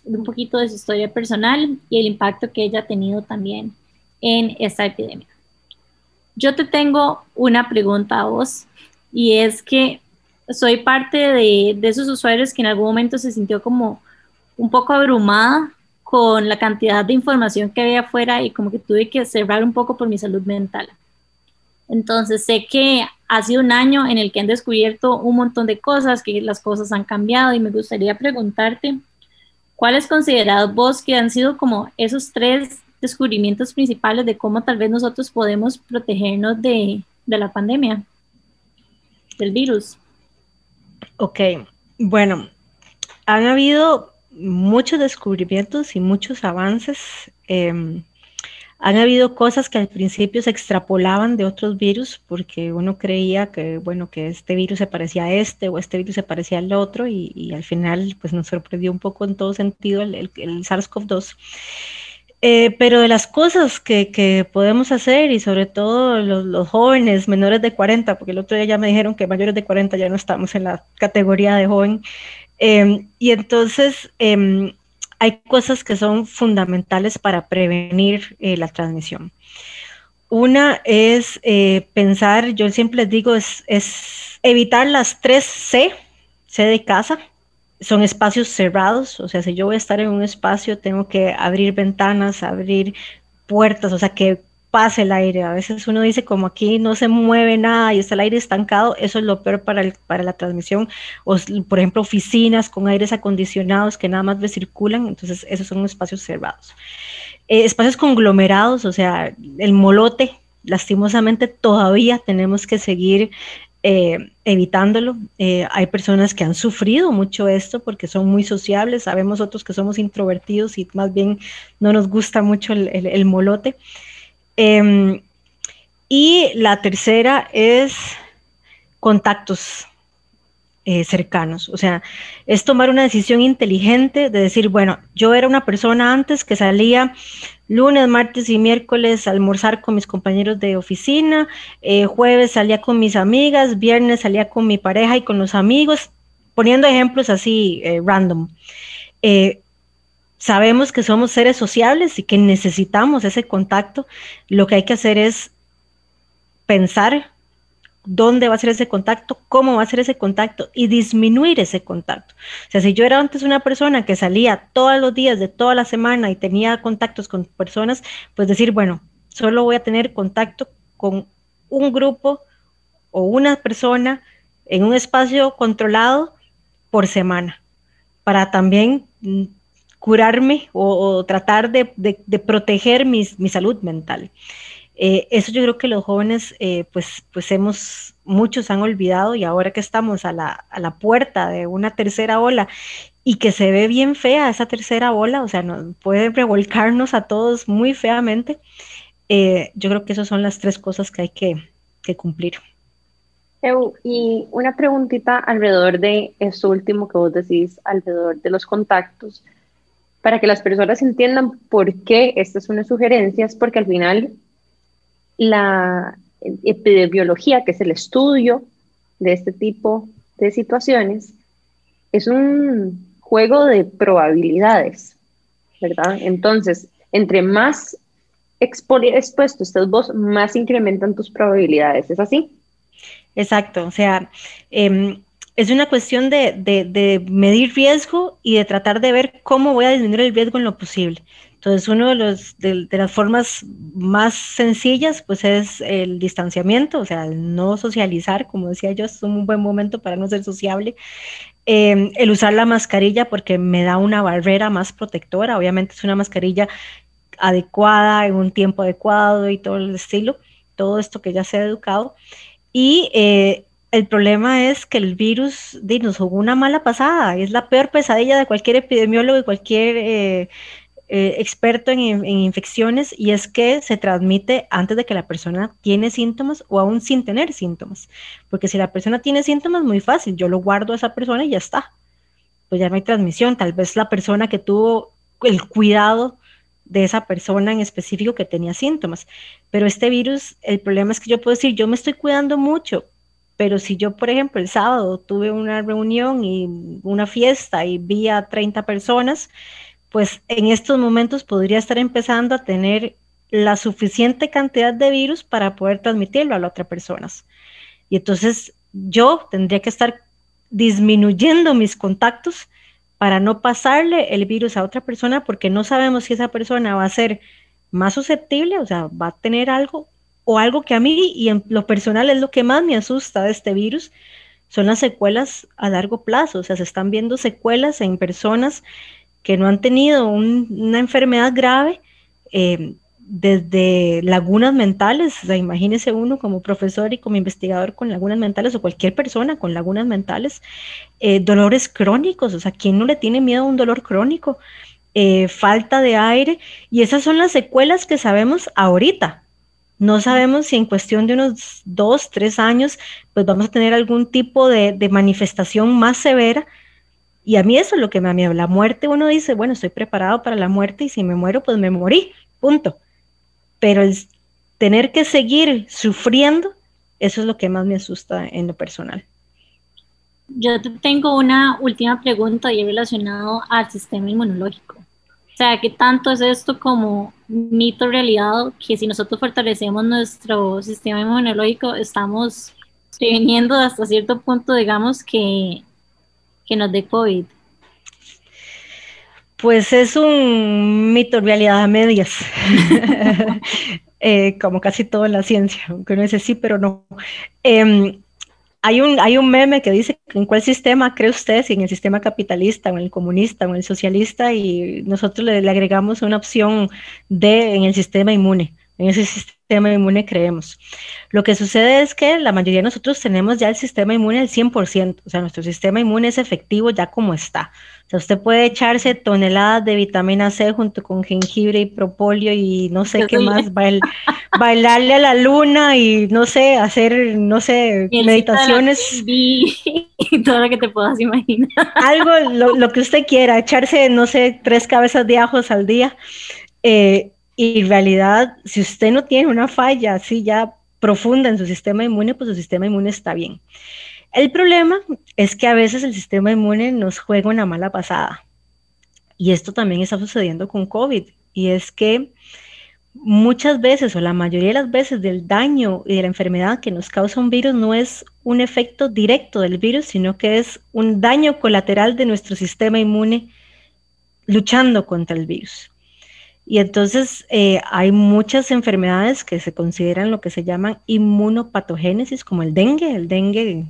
un poquito de su historia personal y el impacto que ella ha tenido también en esta epidemia. Yo te tengo una pregunta a vos, y es que soy parte de esos usuarios que en algún momento se sintió como un poco abrumada con la cantidad de información que había afuera y como que tuve que cerrar un poco por mi salud mental. Entonces sé que ha sido un año en el que han descubierto un montón de cosas, que las cosas han cambiado, y me gustaría preguntarte, ¿cuáles considerado vos que han sido como esos 3 descubrimientos principales de cómo tal vez nosotros podemos protegernos de la pandemia, del virus? Ok, bueno, han habido muchos descubrimientos y muchos avances. Han habido cosas que al principio se extrapolaban de otros virus porque uno creía que, bueno, que este virus se parecía a este o este virus se parecía al otro, y al final pues nos sorprendió un poco en todo sentido el SARS-CoV-2. Pero de las cosas que podemos hacer, y sobre todo los jóvenes menores de 40, porque el otro día ya me dijeron que mayores de 40 ya no estamos en la categoría de joven, y entonces hay cosas que son fundamentales para prevenir la transmisión. Una es pensar, yo siempre les digo, es evitar las 3 C, C de casa. Son espacios cerrados, o sea, si yo voy a estar en un espacio, tengo que abrir ventanas, abrir puertas, o sea, que pase el aire. A veces uno dice, como aquí no se mueve nada y está el aire estancado, eso es lo peor para la transmisión. O, por ejemplo, oficinas con aires acondicionados que nada más recirculan, entonces esos son espacios cerrados. Espacios conglomerados, o sea, el molote, lastimosamente todavía tenemos que seguir evitándolo. Hay personas que han sufrido mucho esto porque son muy sociables, sabemos otros que somos introvertidos y más bien no nos gusta mucho el molote. Y la tercera es contactos cercanos, o sea, es tomar una decisión inteligente de decir, bueno, yo era una persona antes que salía lunes, martes y miércoles a almorzar con mis compañeros de oficina, jueves salía con mis amigas, viernes salía con mi pareja y con los amigos, poniendo ejemplos así random. Sabemos que somos seres sociables y que necesitamos ese contacto. Lo que hay que hacer es pensar dónde va a ser ese contacto, cómo va a ser ese contacto y disminuir ese contacto. O sea, si yo era antes una persona que salía todos los días de toda la semana y tenía contactos con personas, pues decir, bueno, solo voy a tener contacto con un grupo o una persona en un espacio controlado por semana, para también curarme o tratar de proteger mi salud mental. Eso yo creo que los jóvenes, pues muchos han olvidado, y ahora que estamos a la puerta de una tercera ola y que se ve bien fea esa tercera ola, o sea, nos puede revolcarnos a todos muy feamente, yo creo que esas son las 3 cosas que hay que cumplir. Y una preguntita alrededor de esto último que vos decís, alrededor de los contactos, para que las personas entiendan por qué estas son las sugerencias, porque al final la epidemiología, que es el estudio de este tipo de situaciones, es un juego de probabilidades, ¿verdad? Entonces, entre más expuesto estés vos, más incrementan tus probabilidades, ¿es así? Exacto, o sea, es una cuestión de medir riesgo y de tratar de ver cómo voy a disminuir el riesgo en lo posible. Entonces, una de las formas más sencillas, pues es el distanciamiento, o sea, el no socializar, como decía yo, es un buen momento para no ser sociable. El usar la mascarilla porque me da una barrera más protectora, obviamente es una mascarilla adecuada, en un tiempo adecuado y todo el estilo, todo esto que ya se ha educado. Y el problema es que el virus nos jugó una mala pasada, es la peor pesadilla de cualquier epidemiólogo y cualquier experto en infecciones, y es que se transmite antes de que la persona tiene síntomas o aún sin tener síntomas, porque si la persona tiene síntomas, muy fácil, yo lo guardo a esa persona y ya está, pues ya no hay transmisión. Tal vez la persona que tuvo el cuidado de esa persona en específico que tenía síntomas, pero este virus, el problema es que yo puedo decir, yo me estoy cuidando mucho, pero si yo, por ejemplo, el sábado tuve una reunión y una fiesta y vi a 30 personas, pues en estos momentos podría estar empezando a tener la suficiente cantidad de virus para poder transmitirlo a las otras personas. Y entonces yo tendría que estar disminuyendo mis contactos para no pasarle el virus a otra persona, porque no sabemos si esa persona va a ser más susceptible, o sea, va a tener algo o algo que a mí, y en lo personal es lo que más me asusta de este virus, son las secuelas a largo plazo. O sea, se están viendo secuelas en personas que no han tenido una enfermedad grave, desde lagunas mentales. O sea, imagínese uno como profesor y como investigador con lagunas mentales, o cualquier persona con lagunas mentales, dolores crónicos. O sea, ¿quién no le tiene miedo a un dolor crónico? Falta de aire, y esas son las secuelas que sabemos ahorita. No sabemos si en cuestión de unos 2, 3 años, pues vamos a tener algún tipo de manifestación más severa. Y a mí eso es lo que me da miedo. La muerte, uno dice, bueno, estoy preparado para la muerte, y si me muero, pues me morí, punto. Pero el tener que seguir sufriendo, eso es lo que más me asusta en lo personal. Yo te tengo una última pregunta y relacionado al sistema inmunológico. O sea, ¿qué tanto es esto como mito realidad, que si nosotros fortalecemos nuestro sistema inmunológico estamos previniendo hasta cierto punto, digamos, que nos dé COVID? Pues es un mito realidad a medias, como casi todo en la ciencia, aunque uno dice sí, pero no. Hay un meme que dice, ¿en cuál sistema cree usted? Si en el sistema capitalista, o en el comunista, o en el socialista, y nosotros le agregamos una opción D, en el sistema inmune. En ese sistema inmune creemos. Lo que sucede es que la mayoría de nosotros tenemos ya el sistema inmune al 100%, o sea, nuestro sistema inmune es efectivo ya como está. O sea, usted puede echarse toneladas de vitamina C junto con jengibre y propóleo y no sé qué más, bailarle a la luna y no sé, hacer, no sé, meditaciones. Y todo lo que te puedas imaginar. Algo, lo que usted quiera, echarse, no sé, 3 cabezas de ajos al día. Y en realidad, si usted no tiene una falla así ya profunda en su sistema inmune, pues su sistema inmune está bien. El problema es que a veces el sistema inmune nos juega una mala pasada. Y esto también está sucediendo con COVID. Y es que muchas veces, o la mayoría de las veces, del daño y de la enfermedad que nos causa un virus no es un efecto directo del virus, sino que es un daño colateral de nuestro sistema inmune luchando contra el virus. Y entonces hay muchas enfermedades que se consideran lo que se llaman inmunopatogénesis, como el dengue. El dengue,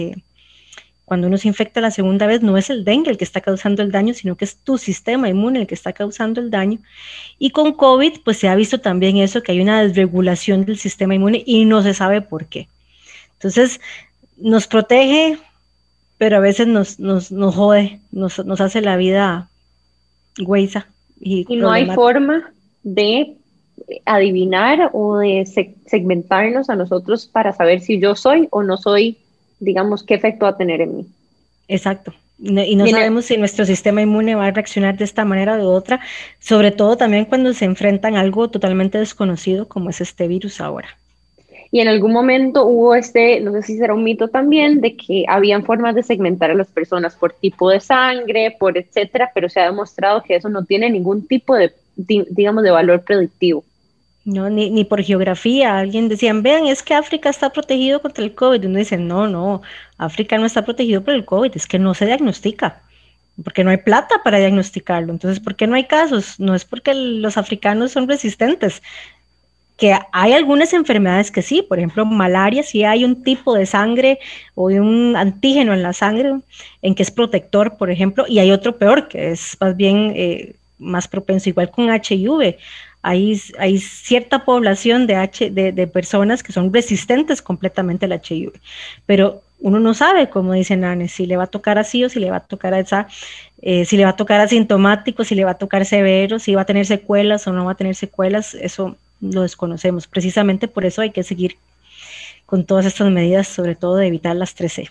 cuando uno se infecta la segunda vez, no es el dengue el que está causando el daño, sino que es tu sistema inmune el que está causando el daño. Y con COVID, pues se ha visto también eso, que hay una desregulación del sistema inmune y no se sabe por qué. Entonces, nos protege, pero a veces nos jode, nos hace la vida güeyza. Y no hay forma de adivinar o de segmentarnos a nosotros para saber si yo soy o no soy, digamos, qué efecto va a tener en mí. Exacto. Y no sabemos si nuestro sistema inmune va a reaccionar de esta manera o de otra, sobre todo también cuando se enfrentan a algo totalmente desconocido como es este virus ahora. Y en algún momento hubo no sé si será un mito también, de que habían formas de segmentar a las personas por tipo de sangre, por etcétera, pero se ha demostrado que eso no tiene ningún tipo de, digamos, de valor predictivo. No, ni por geografía. Alguien decían, vean, es que África está protegido contra el COVID. Y uno dice, no, África no está protegido por el COVID, es que no se diagnostica, porque no hay plata para diagnosticarlo. Entonces, ¿por qué no hay casos? No es porque los africanos son resistentes, que hay algunas enfermedades que sí, por ejemplo, malaria, sí hay un tipo de sangre o de un antígeno en la sangre en que es protector, por ejemplo, y hay otro peor, que es más bien más propenso, igual con HIV. Hay cierta población de personas que son resistentes completamente al HIV, pero uno no sabe, como dice Nane, si le va a tocar así o si le va a tocar a si le va a tocar asintomático, si le va a tocar severo, si va a tener secuelas o no va a tener secuelas, eso lo desconocemos. Precisamente por eso hay que seguir con todas estas medidas, sobre todo de evitar las 3C.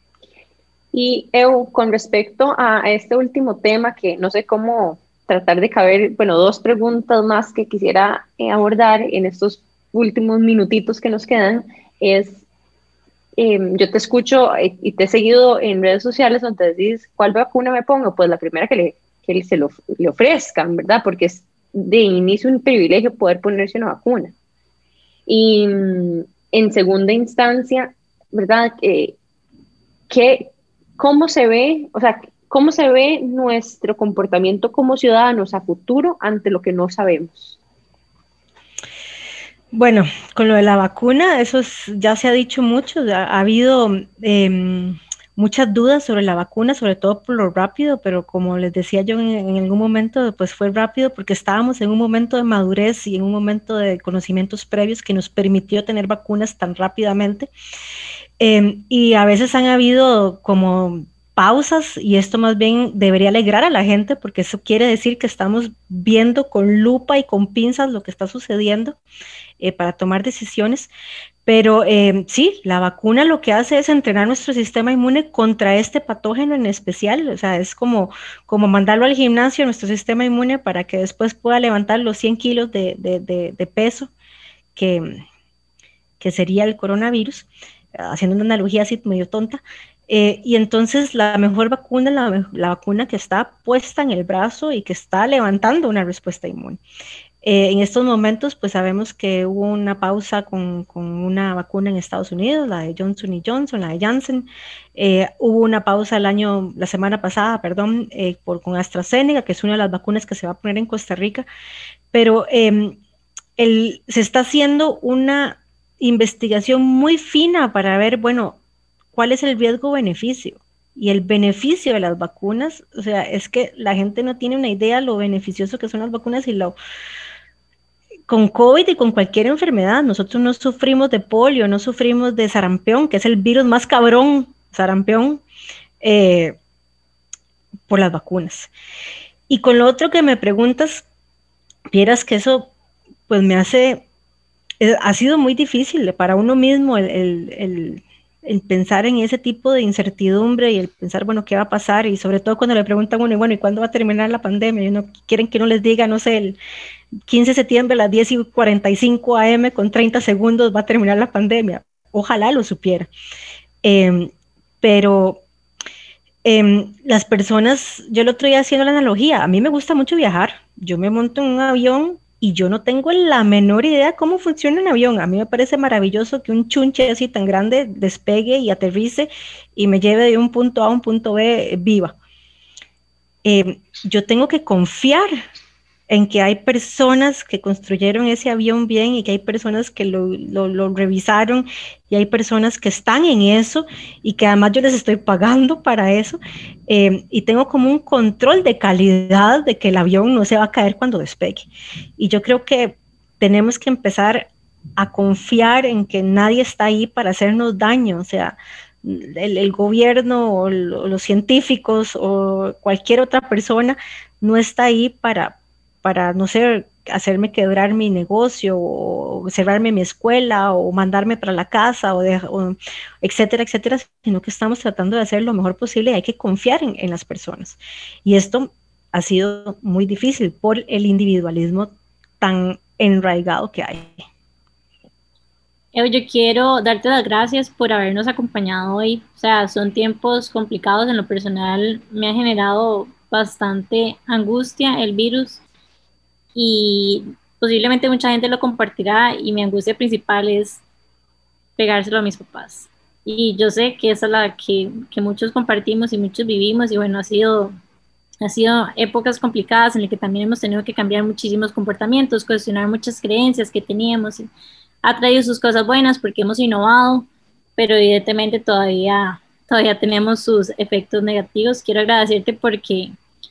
Y con respecto a este último tema, que no sé cómo tratar de caber, bueno, 2 preguntas más que quisiera abordar en estos últimos minutitos que nos quedan, es, yo te escucho y te he seguido en redes sociales donde decís, ¿cuál vacuna me pongo? Pues la primera que le ofrezcan, ¿verdad? Porque es de inicio un privilegio poder ponerse una vacuna. Y en segunda instancia, ¿verdad? ¿Cómo se ve, o sea, cómo se ve nuestro comportamiento como ciudadanos a futuro ante lo que no sabemos? Bueno, con lo de la vacuna, ya se ha dicho mucho, ha habido muchas dudas sobre la vacuna, sobre todo por lo rápido, pero como les decía yo en algún momento, pues fue rápido porque estábamos en un momento de madurez y en un momento de conocimientos previos que nos permitió tener vacunas tan rápidamente. Y a veces han habido como pausas y esto más bien debería alegrar a la gente porque eso quiere decir que estamos viendo con lupa y con pinzas lo que está sucediendo para tomar decisiones. Pero sí, la vacuna lo que hace es entrenar nuestro sistema inmune contra este patógeno en especial, o sea, es como mandarlo al gimnasio, nuestro sistema inmune, para que después pueda levantar los 100 kilos de peso que sería el coronavirus, haciendo una analogía así medio tonta. Y entonces la mejor vacuna es la vacuna que está puesta en el brazo y que está levantando una respuesta inmune. En estos momentos, pues sabemos que hubo una pausa con una vacuna en Estados Unidos, la de Johnson & Johnson, la de Janssen. Hubo una pausa la semana pasada, perdón, con AstraZeneca, que es una de las vacunas que se va a poner en Costa Rica. Pero se está haciendo una investigación muy fina para ver, bueno, cuál es el riesgo-beneficio. Y el beneficio de las vacunas, o sea, es que la gente no tiene una idea de lo beneficioso que son las vacunas con COVID y con cualquier enfermedad. Nosotros no sufrimos de polio, no sufrimos de sarampión, que es el virus más cabrón, sarampión, por las vacunas. Y con lo otro que me preguntas, vieras que eso pues ha sido muy difícil para uno mismo el pensar en ese tipo de incertidumbre y el pensar, bueno, ¿qué va a pasar? Y sobre todo cuando le preguntan a uno, bueno, ¿y cuándo va a terminar la pandemia? Y uno quieren que uno les diga, no sé, el 15 de septiembre a las 10:45 AM con 30 segundos va a terminar la pandemia. Ojalá lo supiera. Pero las personas, yo el otro día haciendo la analogía, a mí me gusta mucho viajar, yo me monto en un avión y yo no tengo la menor idea cómo funciona un avión. A mí me parece maravilloso que un chunche así tan grande despegue y aterrice y me lleve de un punto A a un punto B viva. Yo tengo que confiar en que hay personas que construyeron ese avión bien y que hay personas que lo revisaron y hay personas que están en eso y que además yo les estoy pagando para eso, y tengo como un control de calidad de que el avión no se va a caer cuando despegue. Y yo creo que tenemos que empezar a confiar en que nadie está ahí para hacernos daño, o sea, el gobierno o los científicos o cualquier otra persona no está ahí para no sé, hacerme quebrar mi negocio o cerrarme mi escuela o mandarme para la casa o etcétera, etcétera, sino que estamos tratando de hacer lo mejor posible y hay que confiar en las personas. Y esto ha sido muy difícil por el individualismo tan enraigado que hay. Yo quiero darte las gracias por habernos acompañado hoy. O sea, son tiempos complicados. En lo personal me ha generado bastante angustia el virus y posiblemente mucha gente lo compartirá y mi angustia principal es pegárselo a mis papás. Y yo sé que esa es la que muchos compartimos y muchos vivimos y bueno, ha sido épocas complicadas en las que también hemos tenido que cambiar muchísimos comportamientos, cuestionar muchas creencias que teníamos. Ha traído sus cosas buenas porque hemos innovado, pero evidentemente todavía tenemos sus efectos negativos. Quiero agradecerte porque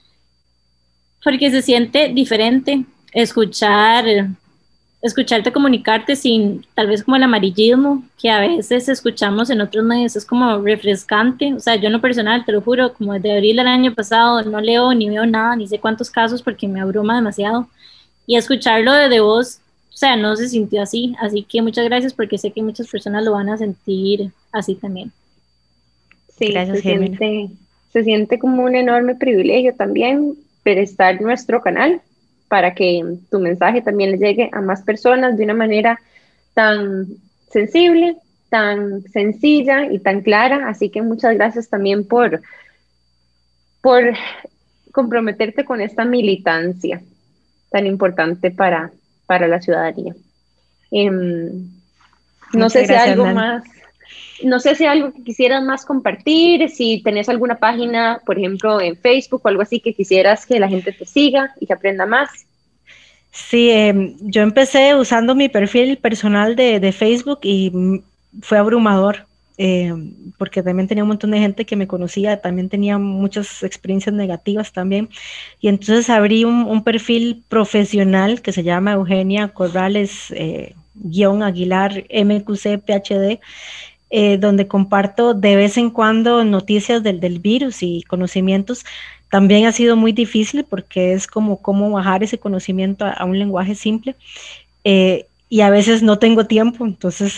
se siente diferente escucharte comunicarte sin tal vez como el amarillismo que a veces escuchamos en otros medios. Es como refrescante. O sea, yo en lo personal, te lo juro, como desde abril del año pasado no leo ni veo nada, ni sé cuántos casos porque me abruma demasiado, y escucharlo desde vos, o sea, no se sintió así. Así que muchas gracias porque sé que muchas personas lo van a sentir así también. Sí, gracias, se siente como un enorme privilegio también prestar nuestro canal para que tu mensaje también le llegue a más personas de una manera tan sensible, tan sencilla y tan clara. Así que muchas gracias también por comprometerte con esta militancia tan importante para la ciudadanía. No sé si algo más, no sé si algo que quisieras más compartir, si tenés alguna página, por ejemplo, en Facebook o algo así que quisieras que la gente te siga y que aprenda más. Sí, yo empecé usando mi perfil personal de Facebook y fue abrumador, porque también tenía un montón de gente que me conocía, también tenía muchas experiencias negativas también, y entonces abrí un perfil profesional que se llama Eugenia Corrales _Aguilar MQC PhD, donde comparto de vez en cuando noticias del virus y conocimientos. También ha sido muy difícil porque es como cómo bajar ese conocimiento a un lenguaje simple, y a veces no tengo tiempo, entonces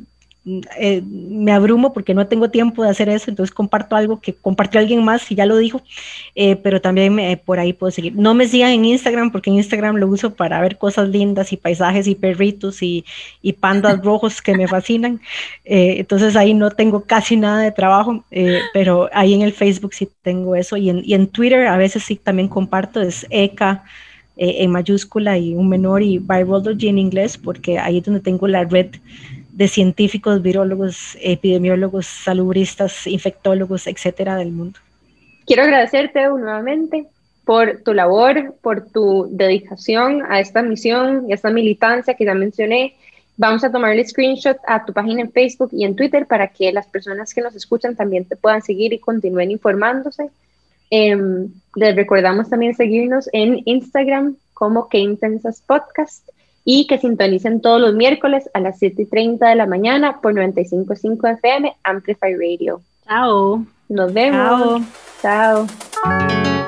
me abrumo porque no tengo tiempo de hacer eso, entonces comparto algo que compartió alguien más y ya lo dijo, pero también por ahí puedo seguir. No me sigan en Instagram porque en Instagram lo uso para ver cosas lindas y paisajes y perritos y pandas rojos que me fascinan, entonces ahí no tengo casi nada de trabajo, pero ahí en el Facebook sí tengo eso, y en Twitter a veces sí también comparto, es ECA en mayúscula y un menor y virology en inglés, porque ahí es donde tengo la red de científicos, virólogos, epidemiólogos, salubristas, infectólogos, etcétera, del mundo. Quiero agradecerte nuevamente por tu labor, por tu dedicación a esta misión y a esta militancia que ya mencioné. Vamos a tomarle screenshot a tu página en Facebook y en Twitter para que las personas que nos escuchan también te puedan seguir y continúen informándose. Les recordamos también seguirnos en Instagram como Qué Intensas Podcast, y que sintonicen todos los miércoles a las 7:30 de la mañana por 95.5 FM Amplify Radio. Chao. Nos vemos. Chao. Chao.